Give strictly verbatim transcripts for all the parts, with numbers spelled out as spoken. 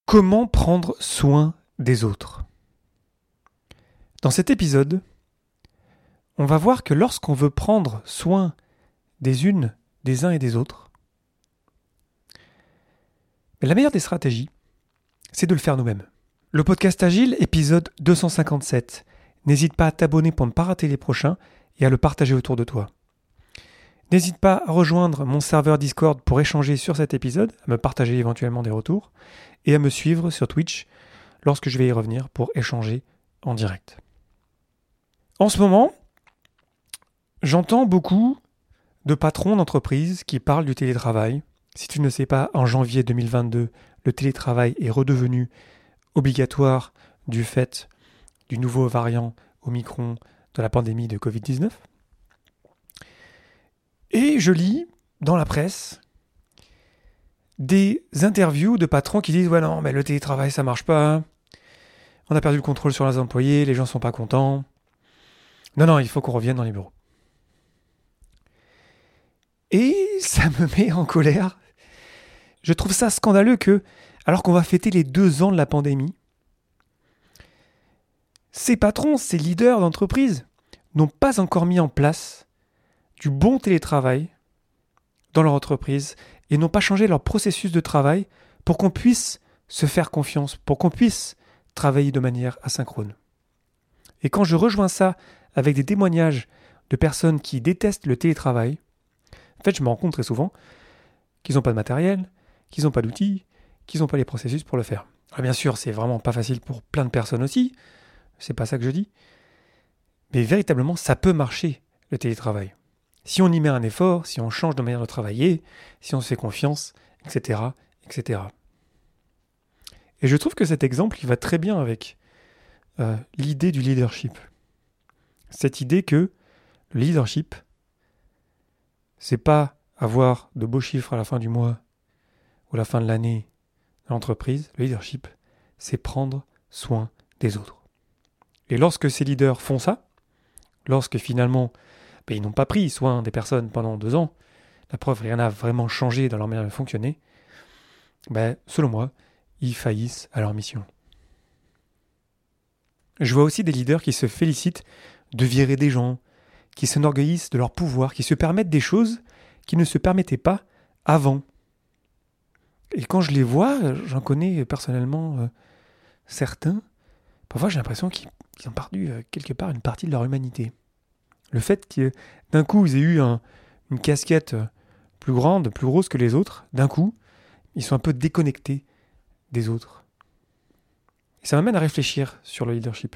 Comment prendre soin des autres ? Dans cet épisode, on va voir que lorsqu'on veut prendre soin des unes, des uns et des autres, la meilleure des stratégies, c'est de le faire nous-mêmes. Le podcast Agile, épisode deux cent cinquante-sept. N'hésite pas à t'abonner pour ne pas rater les prochains et à le partager autour de toi. N'hésite pas à rejoindre mon serveur Discord pour échanger sur cet épisode, à me partager éventuellement des retours, et à me suivre sur Twitch lorsque je vais y revenir pour échanger en direct. En ce moment, j'entends beaucoup de patrons d'entreprises qui parlent du télétravail. Si tu ne sais pas, en janvier deux mille vingt-deux, le télétravail est redevenu obligatoire du fait du nouveau variant Omicron de la pandémie de covid dix-neuf. Et je lis dans la presse des interviews de patrons qui disent « Ouais non, mais le télétravail ça marche pas, on a perdu le contrôle sur les employés, les gens sont pas contents. Non, non, il faut qu'on revienne dans les bureaux. » Et ça me met en colère. Je trouve ça scandaleux que, alors qu'on va fêter les deux ans de la pandémie, ces patrons, ces leaders d'entreprise n'ont pas encore mis en place du bon télétravail dans leur entreprise et n'ont pas changé leur processus de travail pour qu'on puisse se faire confiance, pour qu'on puisse travailler de manière asynchrone. Et quand je rejoins ça avec des témoignages de personnes qui détestent le télétravail, en fait, je me rends compte très souvent qu'ils n'ont pas de matériel, qu'ils n'ont pas d'outils, qu'ils n'ont pas les processus pour le faire. Alors bien sûr, c'est vraiment pas facile pour plein de personnes aussi, c'est pas ça que je dis, mais véritablement, ça peut marcher, le télétravail. Si on y met un effort, si on change de manière de travailler, si on se fait confiance, et cetera, et cetera. Et je trouve que cet exemple, il va très bien avec euh, l'idée du leadership. Cette idée que le leadership, c'est pas avoir de beaux chiffres à la fin du mois ou à la fin de l'année dans l'entreprise. Le leadership, c'est prendre soin des autres. Et lorsque ces leaders font ça, lorsque finalement ben, ils n'ont pas pris soin des personnes pendant deux ans, la preuve, rien n'a vraiment changé dans leur manière de fonctionner, ben, selon moi, ils faillissent à leur mission. Je vois aussi des leaders qui se félicitent de virer des gens, qui s'enorgueillissent de leur pouvoir, qui se permettent des choses qui ne se permettaient pas avant. Et quand je les vois, j'en connais personnellement euh, certains, parfois j'ai l'impression qu'ils, qu'ils ont perdu euh, quelque part une partie de leur humanité. Le fait que d'un coup ils aient eu un, une casquette plus grande, plus grosse que les autres, d'un coup, ils sont un peu déconnectés des autres. Et ça m'amène à réfléchir sur le leadership.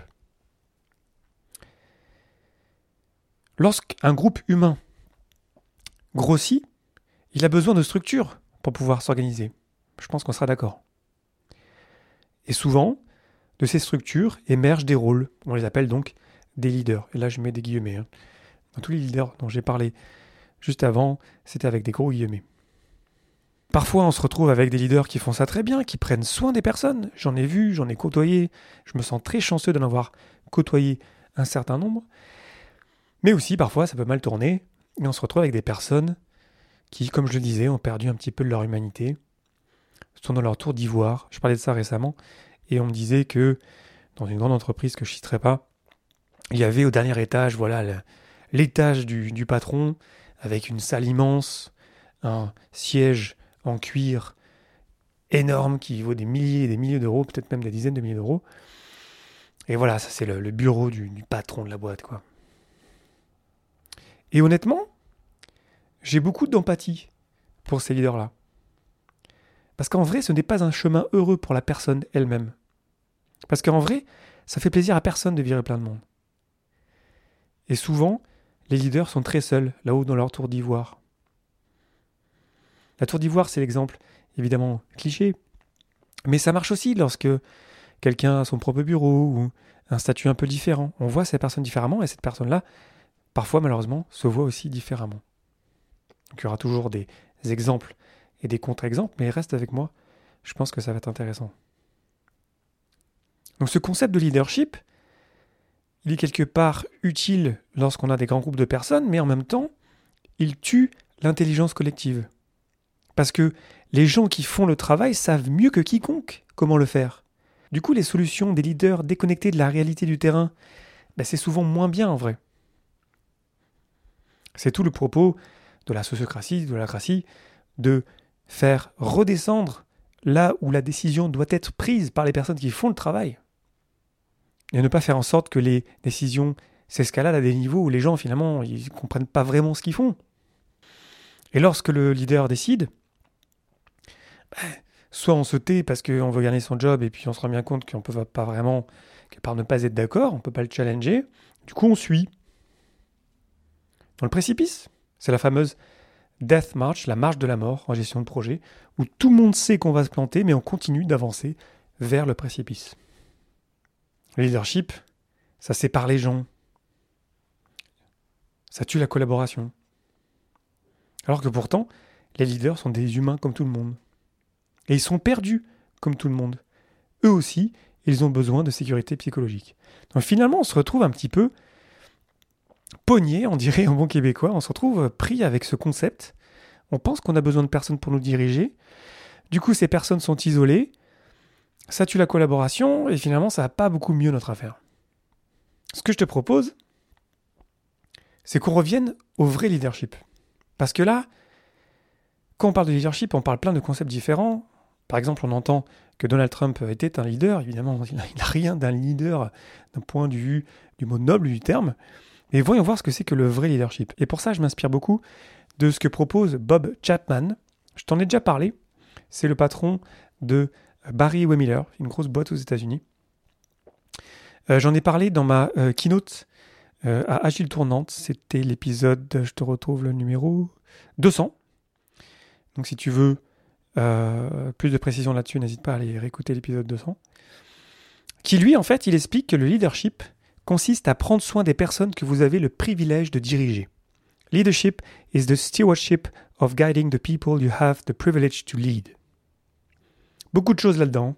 Lorsqu'un groupe humain grossit, il a besoin de structures pour pouvoir s'organiser. Je pense qu'on sera d'accord. Et souvent, de ces structures émergent des rôles. On les appelle donc des leaders. Et là, je mets des guillemets. Hein. Dans tous les leaders dont j'ai parlé juste avant, c'était avec des gros guillemets. Parfois, on se retrouve avec des leaders qui font ça très bien, qui prennent soin des personnes. J'en ai vu, j'en ai côtoyé. Je me sens très chanceux d'en avoir côtoyé un certain nombre. Mais aussi, parfois, ça peut mal tourner. Et on se retrouve avec des personnes qui, comme je le disais, ont perdu un petit peu de leur humanité, sont dans leur tour d'ivoire. Je parlais de ça récemment. Et on me disait que, dans une grande entreprise que je ne citerai pas, il y avait au dernier étage, voilà, le, l'étage du, du patron, avec une salle immense, un siège en cuir énorme qui vaut des milliers et des milliers d'euros, peut-être même des dizaines de milliers d'euros. Et voilà, ça c'est le, le bureau du, du patron de la boîte, quoi. Et honnêtement, j'ai beaucoup d'empathie pour ces leaders-là. Parce qu'en vrai, ce n'est pas un chemin heureux pour la personne elle-même. Parce qu'en vrai, ça fait plaisir à personne de virer plein de monde. Et souvent, les leaders sont très seuls, là-haut dans leur tour d'ivoire. La tour d'ivoire, c'est l'exemple, évidemment, cliché. Mais ça marche aussi lorsque quelqu'un a son propre bureau ou un statut un peu différent. On voit cette personne différemment et cette personne-là, parfois, malheureusement, se voit aussi différemment. Donc, il y aura toujours des exemples et des contre-exemples, mais reste avec moi. Je pense que ça va être intéressant. Donc, ce concept de leadership, il est quelque part utile lorsqu'on a des grands groupes de personnes, mais en même temps, il tue l'intelligence collective. Parce que Les gens qui font le travail savent mieux que quiconque comment le faire. Du coup, les solutions des leaders déconnectés de la réalité du terrain, ben c'est souvent moins bien en vrai. C'est tout le propos de la sociocratie, de la cratie, de faire redescendre là où la décision doit être prise par les personnes qui font le travail. Et ne pas faire en sorte que les décisions s'escaladent à des niveaux où les gens, finalement, ils ne comprennent pas vraiment ce qu'ils font. Et lorsque le leader décide, ben, soit on se tait parce qu'on veut gagner son job et puis on se rend bien compte qu'on ne peut pas vraiment, que par ne pas être d'accord, on ne peut pas le challenger. Du coup, on suit. Dans le précipice, c'est la fameuse Death March, la marche de la mort en gestion de projet, où tout le monde sait qu'on va se planter, mais on continue d'avancer vers le précipice. Le leadership, ça sépare les gens. Ça tue la collaboration. Alors que pourtant, les leaders sont des humains comme tout le monde. Et ils sont perdus comme tout le monde. Eux aussi, ils ont besoin de sécurité psychologique. Donc finalement, on se retrouve un petit peu pogné, on dirait en bon québécois, on se retrouve pris avec ce concept. On pense qu'on a besoin de personnes pour nous diriger. Du coup, ces personnes sont isolées. Ça tue la collaboration et finalement, ça va pas beaucoup mieux notre affaire. Ce que je te propose, c'est qu'on revienne au vrai leadership. Parce que là, quand on parle de leadership, on parle plein de concepts différents. Par exemple, on entend que Donald Trump était un leader. Évidemment, il n'a rien d'un leader d'un point de vue du mot noble du terme. Mais voyons voir ce que c'est que le vrai leadership. Et pour ça, je m'inspire beaucoup de ce que propose Bob Chapman. Je t'en ai déjà parlé. C'est le patron de Barry Wehmiller, une grosse boîte aux États-Unis. Euh, j'en ai parlé dans ma euh, keynote euh, à Agile Tournante. C'était l'épisode, je te retrouve le numéro deux cents. Donc si tu veux euh, plus de précision là-dessus, n'hésite pas à aller réécouter l'épisode deux cents. Qui lui, en fait, il explique que le leadership consiste à prendre soin des personnes que vous avez le privilège de diriger. Leadership is the stewardship of guiding the people you have the privilege to lead. Beaucoup de choses là-dedans.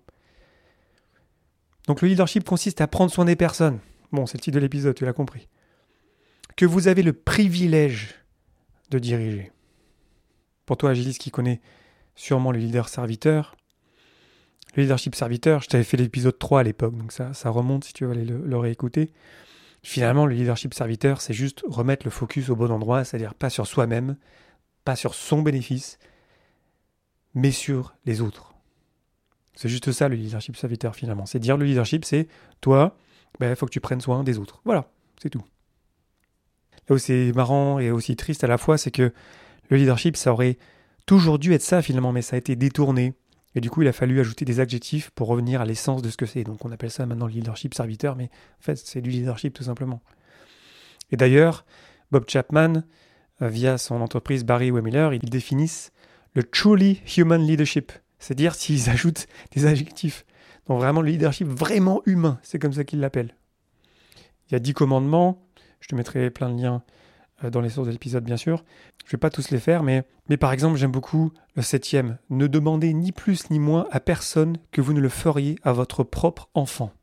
Donc le leadership consiste à prendre soin des personnes. Bon, c'est le titre de l'épisode, tu l'as compris. Que vous avez le privilège de diriger. Pour toi, Agiliste, qui connaît sûrement le leader serviteur, le leadership serviteur, je t'avais fait l'épisode trois à l'époque, donc ça, ça remonte si tu veux aller le, le réécouter. Finalement, le leadership serviteur, c'est juste remettre le focus au bon endroit, c'est-à-dire pas sur soi-même, pas sur son bénéfice, mais sur les autres. C'est juste ça le leadership serviteur finalement. C'est dire le leadership, c'est toi, il ben, faut que tu prennes soin des autres. Voilà, c'est tout. Là où c'est marrant et aussi triste à la fois, c'est que le leadership, ça aurait toujours dû être ça finalement, mais ça a été détourné. Et du coup, il a fallu ajouter des adjectifs pour revenir à l'essence de ce que c'est. Donc on appelle ça maintenant le leadership serviteur, mais en fait, c'est du leadership tout simplement. Et d'ailleurs, Bob Chapman, via son entreprise Barry Wehmiller, ils définissent le truly human leadership. C'est-à-dire s'ils ajoutent des adjectifs. Donc vraiment le leadership vraiment humain, c'est comme ça qu'ils l'appellent. Il y a dix commandements, je te mettrai plein de liens dans les sources de l'épisode bien sûr. Je ne vais pas tous les faire, mais, mais par exemple j'aime beaucoup le septième. Ne demandez ni plus ni moins à personne que vous ne le feriez à votre propre enfant.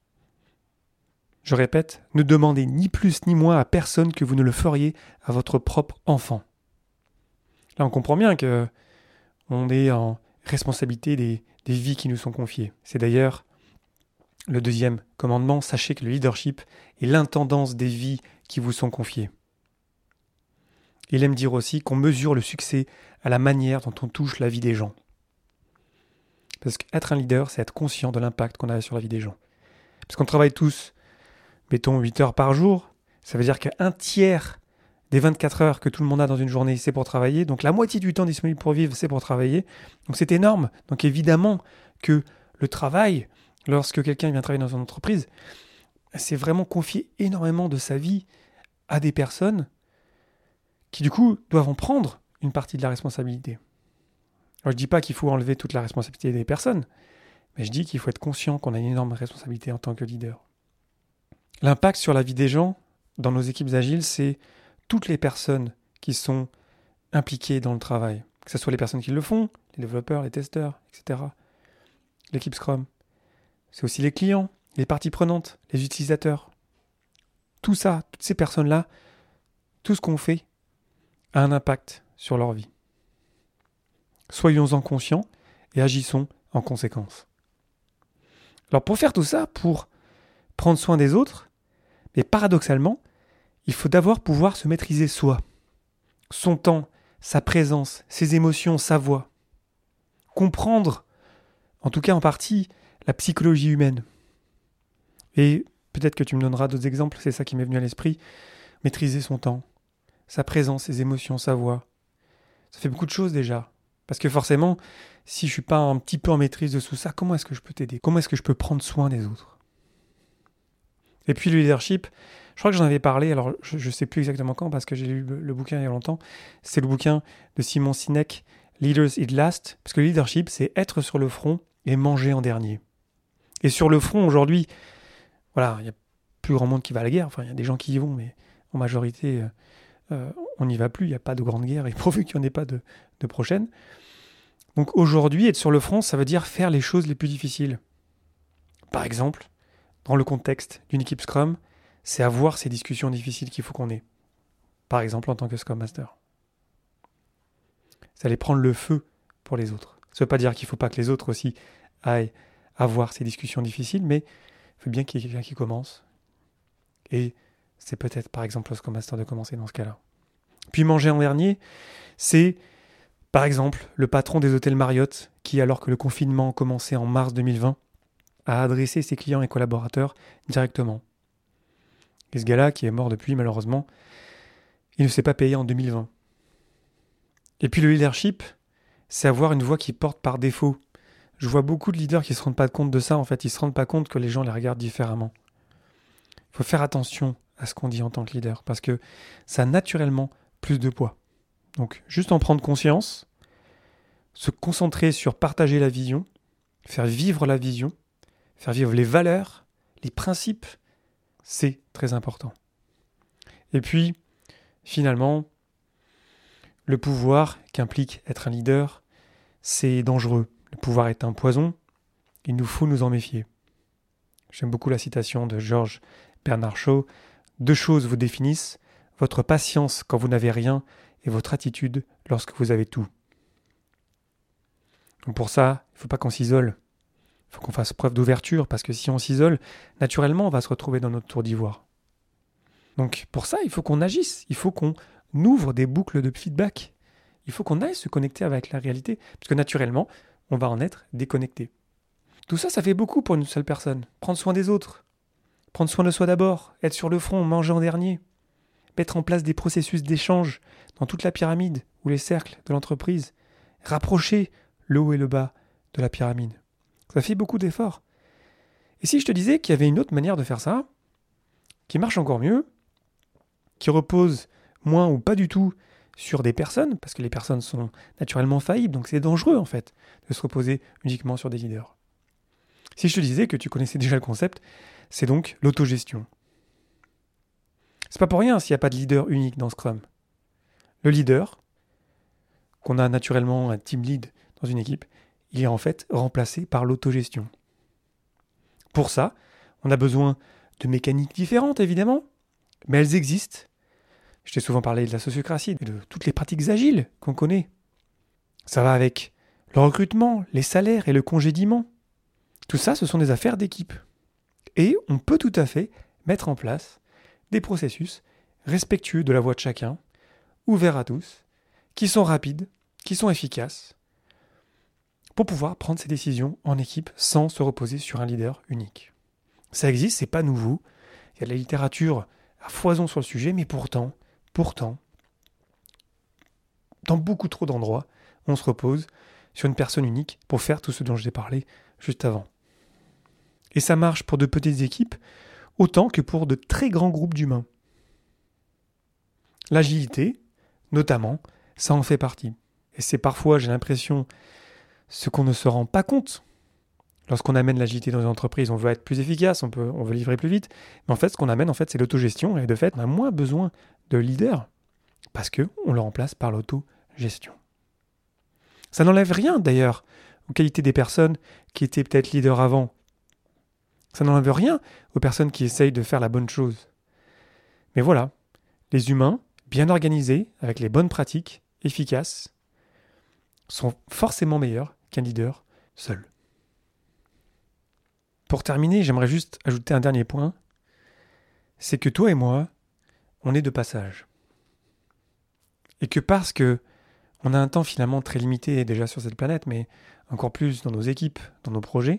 Je répète, ne demandez ni plus ni moins à personne que vous ne le feriez à votre propre enfant. Là on comprend bien que on est en responsabilité des, des vies qui nous sont confiées. C'est d'ailleurs le deuxième commandement. Sachez que le leadership est l'intendance des vies qui vous sont confiées. Il aime dire aussi qu'on mesure le succès à la manière dont on touche la vie des gens. Parce qu'être un leader, c'est être conscient de l'impact qu'on a sur la vie des gens. Parce qu'on travaille tous, mettons, huit heures par jour, ça veut dire qu'un tiers des vingt-quatre heures que tout le monde a dans une journée, c'est pour travailler. Donc la moitié du temps disponible pour vivre, c'est pour travailler. Donc c'est énorme. Donc évidemment que le travail, lorsque quelqu'un vient travailler dans une entreprise, c'est vraiment confier énormément de sa vie à des personnes qui du coup doivent en prendre une partie de la responsabilité. Alors je ne dis pas qu'il faut enlever toute la responsabilité des personnes, mais je dis qu'il faut être conscient qu'on a une énorme responsabilité en tant que leader. L'impact sur la vie des gens dans nos équipes agiles, c'est toutes les personnes qui sont impliquées dans le travail, que ce soit les personnes qui le font, les développeurs, les testeurs, et cetera. L'équipe Scrum. C'est aussi les clients, les parties prenantes, les utilisateurs. Tout ça, toutes ces personnes-là, tout ce qu'on fait a un impact sur leur vie. Soyons-en conscients et agissons en conséquence. Alors pour faire tout ça, pour prendre soin des autres, mais paradoxalement, il faut d'abord pouvoir se maîtriser soi. Son temps, sa présence, ses émotions, sa voix. Comprendre, en tout cas en partie, la psychologie humaine. Et peut-être que tu me donneras d'autres exemples, c'est ça qui m'est venu à l'esprit. Maîtriser son temps, sa présence, ses émotions, sa voix. Ça fait beaucoup de choses déjà. Parce que forcément, si je ne suis pas un petit peu en maîtrise de tout ça, comment est-ce que je peux t'aider ? Comment est-ce que je peux prendre soin des autres ? Et puis le leadership, je crois que j'en avais parlé, alors je ne sais plus exactement quand, parce que j'ai lu le, le bouquin il y a longtemps. C'est le bouquin de Simon Sinek, Leaders Eat Last, parce que le leadership, c'est être sur le front et manger en dernier. Et sur le front, aujourd'hui, voilà, il n'y a plus grand monde qui va à la guerre, enfin il y a des gens qui y vont, mais en majorité, euh, euh, on n'y va plus, il n'y a pas de grande guerre, et pourvu qu'il n'y en ait pas de, de prochaine. Donc aujourd'hui, être sur le front, ça veut dire faire les choses les plus difficiles. Par exemple, dans le contexte d'une équipe Scrum, c'est avoir ces discussions difficiles qu'il faut qu'on ait. Par exemple, en tant que Scrum Master. C'est aller prendre le feu pour les autres. Ça ne veut pas dire qu'il ne faut pas que les autres aussi aillent avoir ces discussions difficiles, mais il faut bien qu'il y ait quelqu'un qui commence. Et c'est peut-être, par exemple, le Scrum Master de commencer dans ce cas-là. Puis manger en dernier, c'est, par exemple, le patron des hôtels Marriott qui, alors que le confinement commençait en mars deux mille vingt, a adressé ses clients et collaborateurs directement. Et ce gars-là, qui est mort depuis, malheureusement, il ne s'est pas payé en deux mille vingt. Et puis le leadership, c'est avoir une voix qui porte par défaut. Je vois beaucoup de leaders qui ne se rendent pas compte de ça, en fait. Ils ne se rendent pas compte que les gens les regardent différemment. Il faut faire attention à ce qu'on dit en tant que leader, parce que ça a naturellement plus de poids. Donc, juste en prendre conscience, se concentrer sur partager la vision, faire vivre la vision, faire vivre les valeurs, les principes, c'est très important. Et puis, finalement, le pouvoir qu'implique être un leader, c'est dangereux. Le pouvoir est un poison, il nous faut nous en méfier. J'aime beaucoup la citation de George Bernard Shaw. Deux choses vous définissent, votre patience quand vous n'avez rien et votre attitude lorsque vous avez tout. Donc pour ça, il ne faut pas qu'on s'isole. Il faut qu'on fasse preuve d'ouverture, parce que si on s'isole, naturellement, on va se retrouver dans notre tour d'ivoire. Donc pour ça, il faut qu'on agisse, il faut qu'on ouvre des boucles de feedback. Il faut qu'on aille se connecter avec la réalité, parce que naturellement, on va en être déconnecté. Tout ça, ça fait beaucoup pour une seule personne. Prendre soin des autres, prendre soin de soi d'abord, être sur le front, manger en dernier, mettre en place des processus d'échange dans toute la pyramide ou les cercles de l'entreprise, rapprocher le haut et le bas de la pyramide. Ça fait beaucoup d'efforts. Et si je te disais qu'il y avait une autre manière de faire ça, qui marche encore mieux, qui repose moins ou pas du tout sur des personnes, parce que les personnes sont naturellement faillibles, donc c'est dangereux en fait de se reposer uniquement sur des leaders. Si je te disais que tu connaissais déjà le concept, c'est donc l'autogestion. C'est pas pour rien s'il n'y a pas de leader unique dans Scrum. Le leader, qu'on a naturellement un team lead dans une équipe, il est en fait remplacé par l'autogestion. Pour ça, on a besoin de mécaniques différentes évidemment, mais elles existent. Je t'ai souvent parlé de la sociocratie et de toutes les pratiques agiles qu'on connaît. Ça va avec le recrutement, les salaires et le congédiement. Tout ça, ce sont des affaires d'équipe. Et on peut tout à fait mettre en place des processus respectueux de la voix de chacun, ouverts à tous, qui sont rapides, qui sont efficaces, pour pouvoir prendre ces décisions en équipe sans se reposer sur un leader unique. Ça existe, c'est pas nouveau. Il y a de la littérature à foison sur le sujet, mais pourtant, pourtant, dans beaucoup trop d'endroits, on se repose sur une personne unique pour faire tout ce dont je t'ai parlé juste avant. Et ça marche pour de petites équipes autant que pour de très grands groupes d'humains. L'agilité, notamment, ça en fait partie. Et c'est parfois, j'ai l'impression, ce qu'on ne se rend pas compte. Lorsqu'on amène l'agilité dans une entreprise, on veut être plus efficace, on, peut, on veut livrer plus vite. Mais en fait, ce qu'on amène, en fait, c'est l'autogestion. Et de fait, on a moins besoin de leaders parce qu'on le remplace par l'autogestion. Ça n'enlève rien, d'ailleurs, aux qualités des personnes qui étaient peut-être leaders avant. Ça n'enlève rien aux personnes qui essayent de faire la bonne chose. Mais voilà, les humains, bien organisés, avec les bonnes pratiques, efficaces, sont forcément meilleurs qu'un leader seul. Pour terminer, j'aimerais juste ajouter un dernier point, c'est que toi et moi, on est de passage. Et que parce que on a un temps finalement très limité déjà sur cette planète, mais encore plus dans nos équipes, dans nos projets,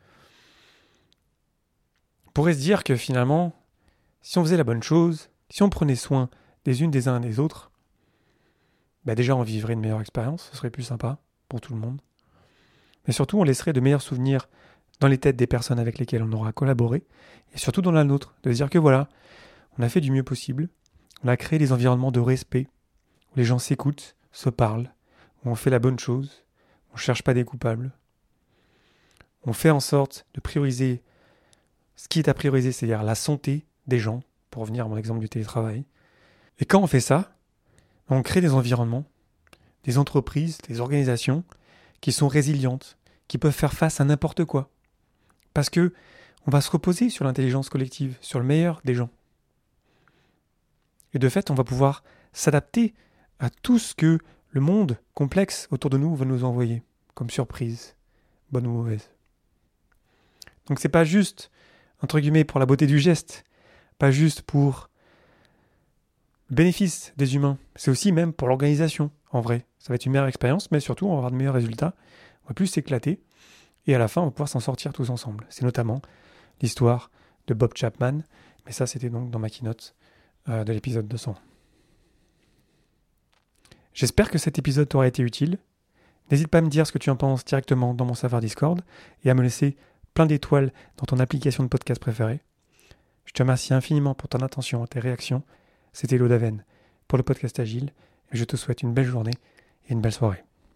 on pourrait se dire que finalement, si on faisait la bonne chose, si on prenait soin des unes des uns et des autres, bah déjà on vivrait une meilleure expérience, ce serait plus sympa pour tout le monde. Mais surtout, on laisserait de meilleurs souvenirs dans les têtes des personnes avec lesquelles on aura collaboré, et surtout dans la nôtre, de se dire que voilà, on a fait du mieux possible, on a créé des environnements de respect, où les gens s'écoutent, se parlent, où on fait la bonne chose, on ne cherche pas des coupables, on fait en sorte de prioriser ce qui est à prioriser, c'est-à-dire la santé des gens, pour revenir à mon exemple du télétravail. Et quand on fait ça, on crée des environnements, des entreprises, des organisations qui sont résilientes, qui peuvent faire face à n'importe quoi. Parce que on va se reposer sur l'intelligence collective, sur le meilleur des gens. Et de fait, on va pouvoir s'adapter à tout ce que le monde complexe autour de nous va nous envoyer, comme surprise, bonne ou mauvaise. Donc c'est pas juste, entre guillemets, pour la beauté du geste, pas juste pour le bénéfice des humains, c'est aussi même pour l'organisation, en vrai. Ça va être une meilleure expérience, mais surtout on va avoir de meilleurs résultats, on va plus s'éclater, et à la fin on va pouvoir s'en sortir tous ensemble. C'est notamment l'histoire de Bob Chapman, mais ça c'était donc dans ma keynote euh, de l'épisode deux cents. J'espère que cet épisode t'aura été utile. N'hésite pas à me dire ce que tu en penses directement dans mon serveur Discord et à me laisser plein d'étoiles dans ton application de podcast préférée. Je te remercie infiniment pour ton attention et tes réactions. C'était Lodaven pour le podcast Agile et je te souhaite une belle journée et une belle soirée.